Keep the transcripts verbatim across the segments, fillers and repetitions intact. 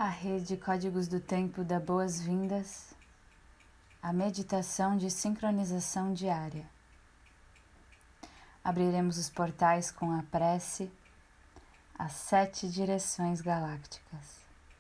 A rede Códigos do Tempo dá boas-vindas à meditação de sincronização diária. Abriremos os portais com a prece às sete direções galácticas.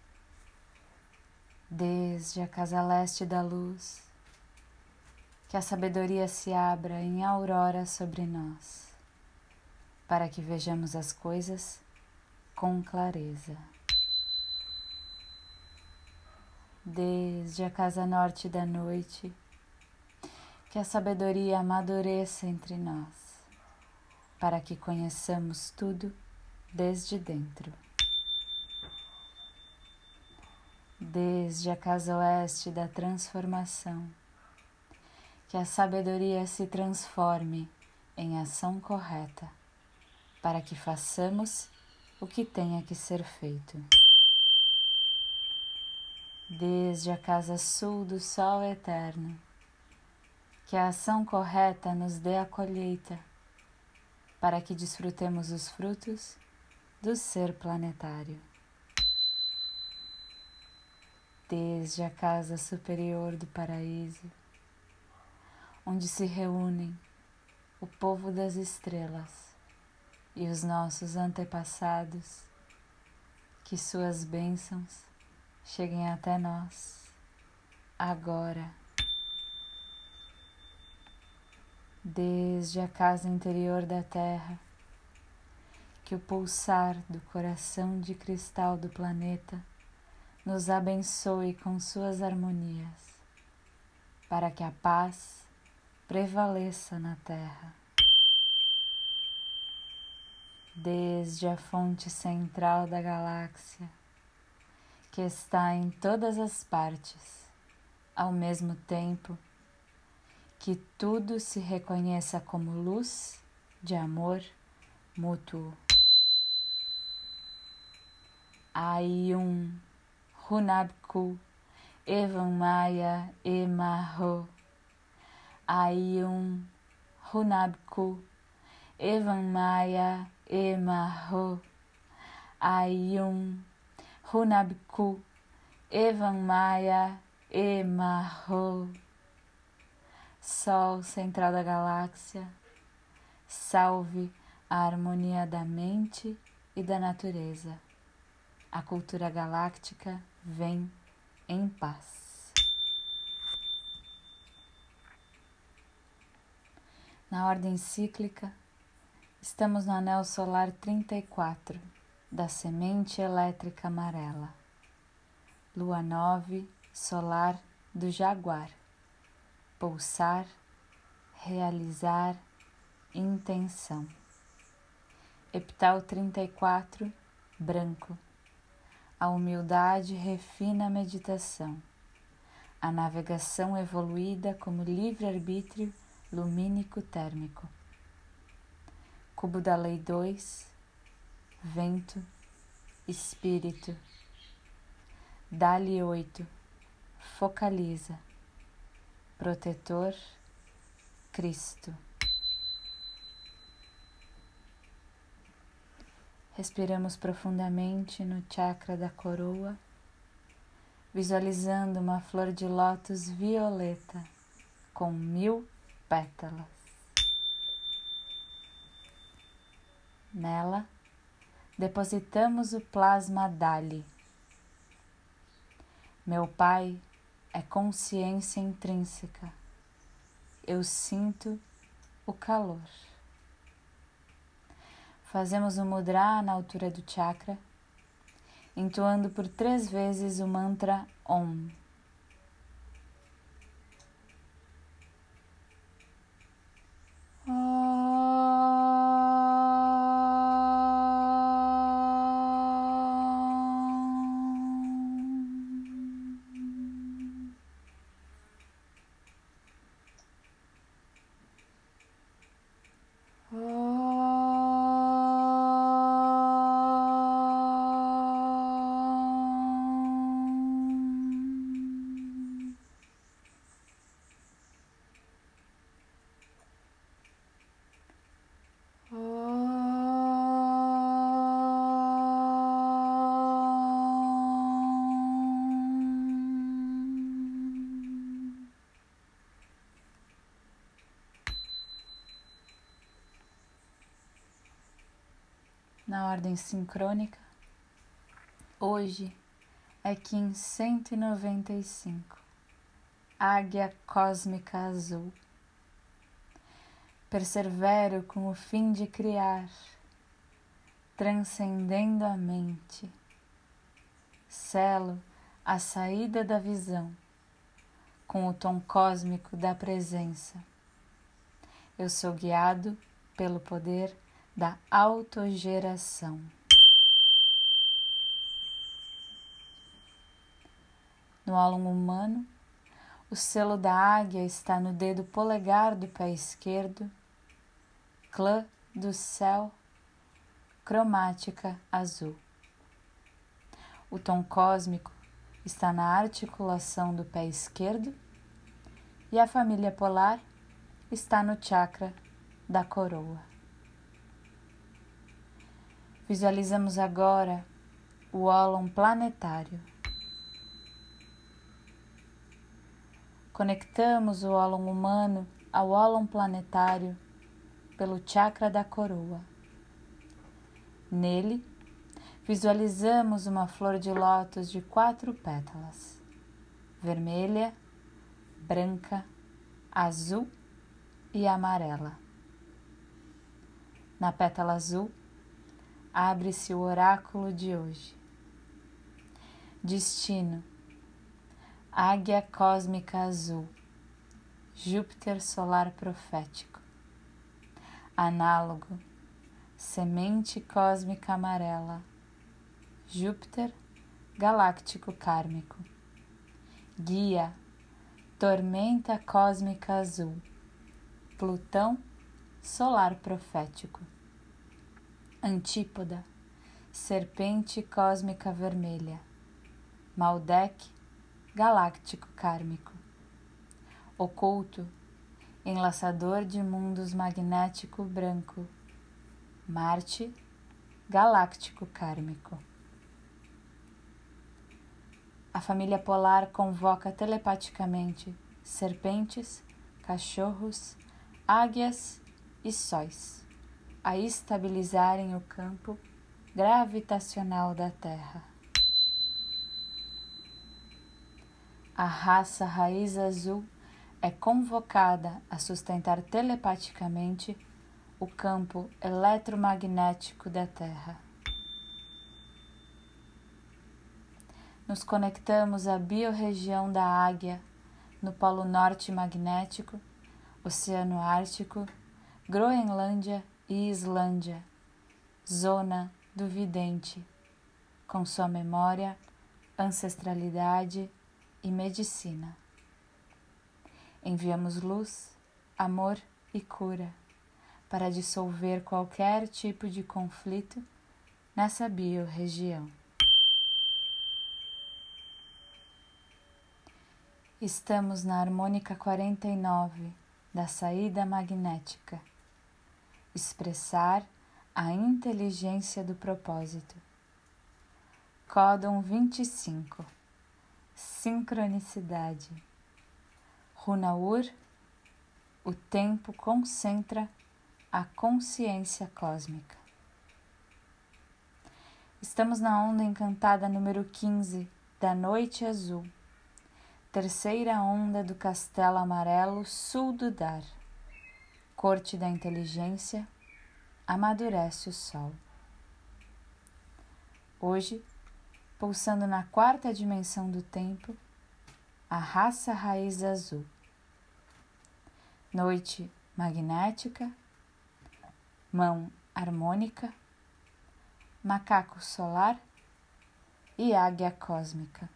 Desde a casa leste da luz, que a sabedoria se abra em aurora sobre nós, para que vejamos as coisas com clareza. Desde a casa norte da noite, que a sabedoria amadureça entre nós, para que conheçamos tudo desde dentro. Desde a casa oeste da transformação, que a sabedoria se transforme em ação correta, para que façamos o que tenha que ser feito. Desde a casa sul do sol eterno, que a ação correta nos dê a colheita, para que desfrutemos os frutos do ser planetário. Desde a casa superior do paraíso, onde se reúnem o povo das estrelas e os nossos antepassados, que suas bênçãos cheguem até nós, agora. Desde a casa interior da Terra, que o pulsar do coração de cristal do planeta nos abençoe com suas harmonias, para que a paz prevaleça na Terra. Desde a fonte central da galáxia, que está em todas as partes, ao mesmo tempo, que tudo se reconheça como luz de amor mútuo. Ayum Hunabku Evan Maya Emaho. Ayum Hunabku Evan Maya Emaho. Ayum Hunabku Evan Maya Emaho. Sol central da galáxia, salve a harmonia da mente e da natureza. A cultura galáctica vem em paz. Na ordem cíclica, estamos no anel solar trinta e quatro da semente elétrica amarela, lua nove solar do jaguar. Pulsar, realizar, intenção. Epital trinta e quatro, branco. A humildade refina a meditação. A navegação evoluída como livre-arbítrio lumínico térmico. Cubo da lei dois, vento, espírito. Dali oito, focaliza. Protetor, Cristo. Respiramos profundamente no chakra da coroa, visualizando uma flor de lótus violeta com mil pétalas. Nela, depositamos o plasma Dali. Meu Pai é consciência intrínseca. Eu sinto o calor. Fazemos o mudra na altura do chakra, entoando por três vezes o mantra Om. na ordem sincrônica. Hoje é Kim cento e noventa e cinco, Águia Cósmica Azul. Persevero com o fim de criar, transcendendo a mente. Selo a saída da visão com o tom cósmico da presença. Eu sou guiado pelo poder da autogeração. No ólon humano, o selo da águia está no dedo polegar do pé esquerdo, clã do céu, cromática azul. O tom cósmico está na articulação do pé esquerdo e a família polar está no chakra da coroa. Visualizamos agora o ólon planetário. Conectamos o ólon humano ao ólon planetário pelo chakra da coroa. Nele, visualizamos uma flor de lótus de quatro pétalas, vermelha, branca, azul e amarela. Na pétala azul, abre-se o oráculo de hoje. Destino: Águia Cósmica Azul, Júpiter Solar Profético. Análogo: Semente Cósmica Amarela, Júpiter Galáctico Kármico. Guia: Tormenta Cósmica Azul, Plutão Solar Profético. Antípoda: Serpente Cósmica Vermelha, Maldek Galáctico Kármico. Oculto: Enlaçador de Mundos Magnético Branco, Marte Galáctico Kármico. A família polar convoca telepaticamente serpentes, cachorros, águias e sóis a estabilizarem o campo gravitacional da Terra. A raça raiz azul é convocada a sustentar telepaticamente o campo eletromagnético da Terra. Nos conectamos à biorregião da Águia, no Polo Norte magnético, Oceano Ártico, Groenlândia e Islândia, zona do vidente, com sua memória, ancestralidade e medicina. Enviamos luz, amor e cura para dissolver qualquer tipo de conflito nessa biorregião. Estamos na harmônica quarenta e nove da saída magnética. Expressar a inteligência do propósito. Códon vinte e cinco. Sincronicidade. Runaur, o tempo concentra a consciência cósmica. Estamos na onda encantada número quinze da Noite Azul, terceira onda do Castelo Amarelo Sul do Dar. Corte da inteligência, amadurece o sol. Hoje, pulsando na quarta dimensão do tempo, a raça raiz azul. Noite magnética, mão harmônica, macaco solar e águia cósmica.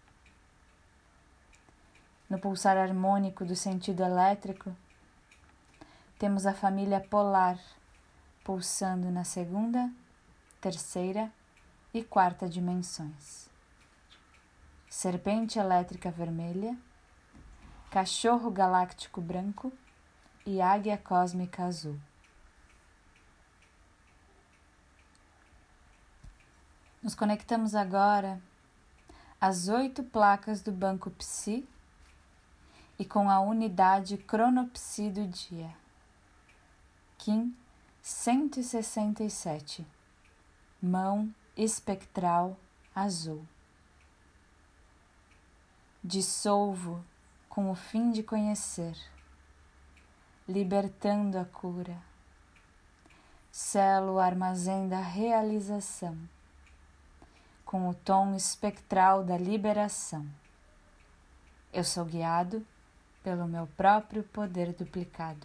No pulsar harmônico do sentido elétrico, temos a família polar pulsando na segunda, terceira e quarta dimensões. Serpente elétrica vermelha, cachorro galáctico branco e águia cósmica azul. Nos conectamos agora às oito placas do banco Psi e com a unidade cronopsi do dia. Kim cento e sessenta e sete, mão espectral azul. Dissolvo com o fim de conhecer, libertando a cura. Selo o armazém da realização, com o tom espectral da liberação. Eu sou guiado pelo meu próprio poder duplicado.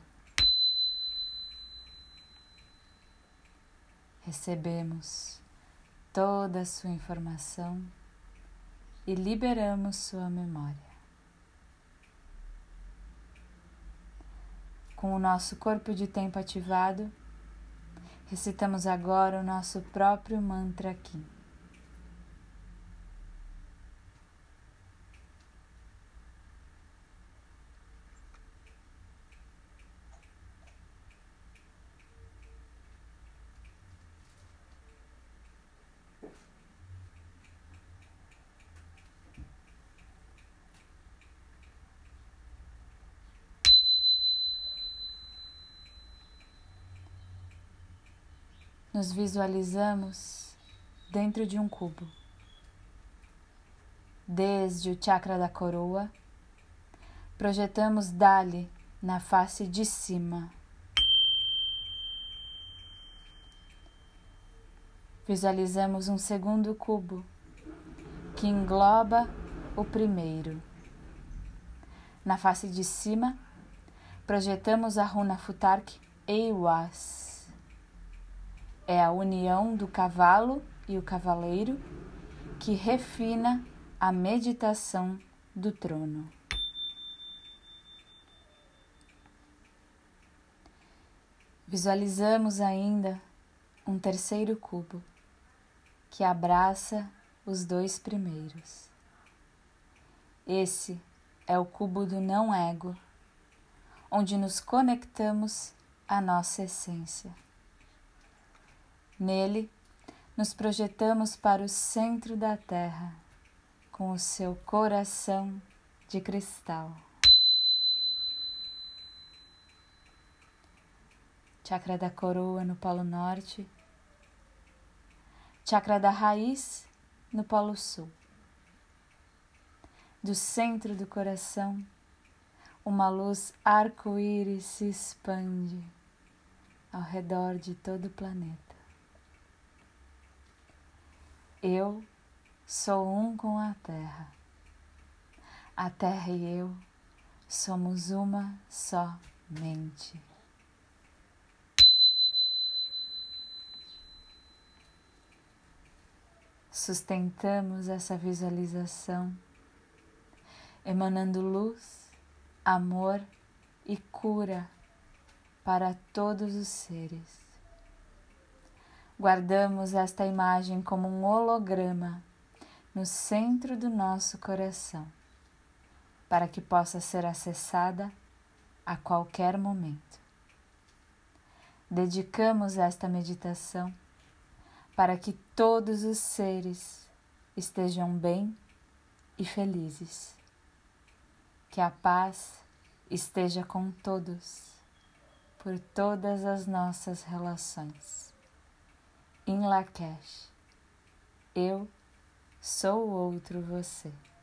Recebemos toda a sua informação e liberamos sua memória. Com o nosso corpo de tempo ativado, recitamos agora o nosso próprio mantra aqui. Nos visualizamos dentro de um cubo. Desde o chakra da coroa, projetamos dali na face de cima. Visualizamos um segundo cubo que engloba o primeiro. Na face de cima, projetamos a runa Futark Eiwas. É a união do cavalo e o cavaleiro que refina a meditação do trono. Visualizamos ainda um terceiro cubo que abraça os dois primeiros. Esse é o cubo do não-ego, onde nos conectamos à nossa essência. Nele, nos projetamos para o centro da Terra, com o seu coração de cristal. Chakra da coroa no Polo Norte, chakra da raiz no Polo Sul. Do centro do coração, uma luz arco-íris se expande ao redor de todo o planeta. Eu sou um com a Terra. A Terra e eu somos uma só mente. Sustentamos essa visualização, emanando luz, amor e cura para todos os seres. Guardamos esta imagem como um holograma no centro do nosso coração, para que possa ser acessada a qualquer momento. Dedicamos esta meditação para que todos os seres estejam bem e felizes. Que a paz esteja com todos, por todas as nossas relações. Em Lakesh, eu sou o outro você.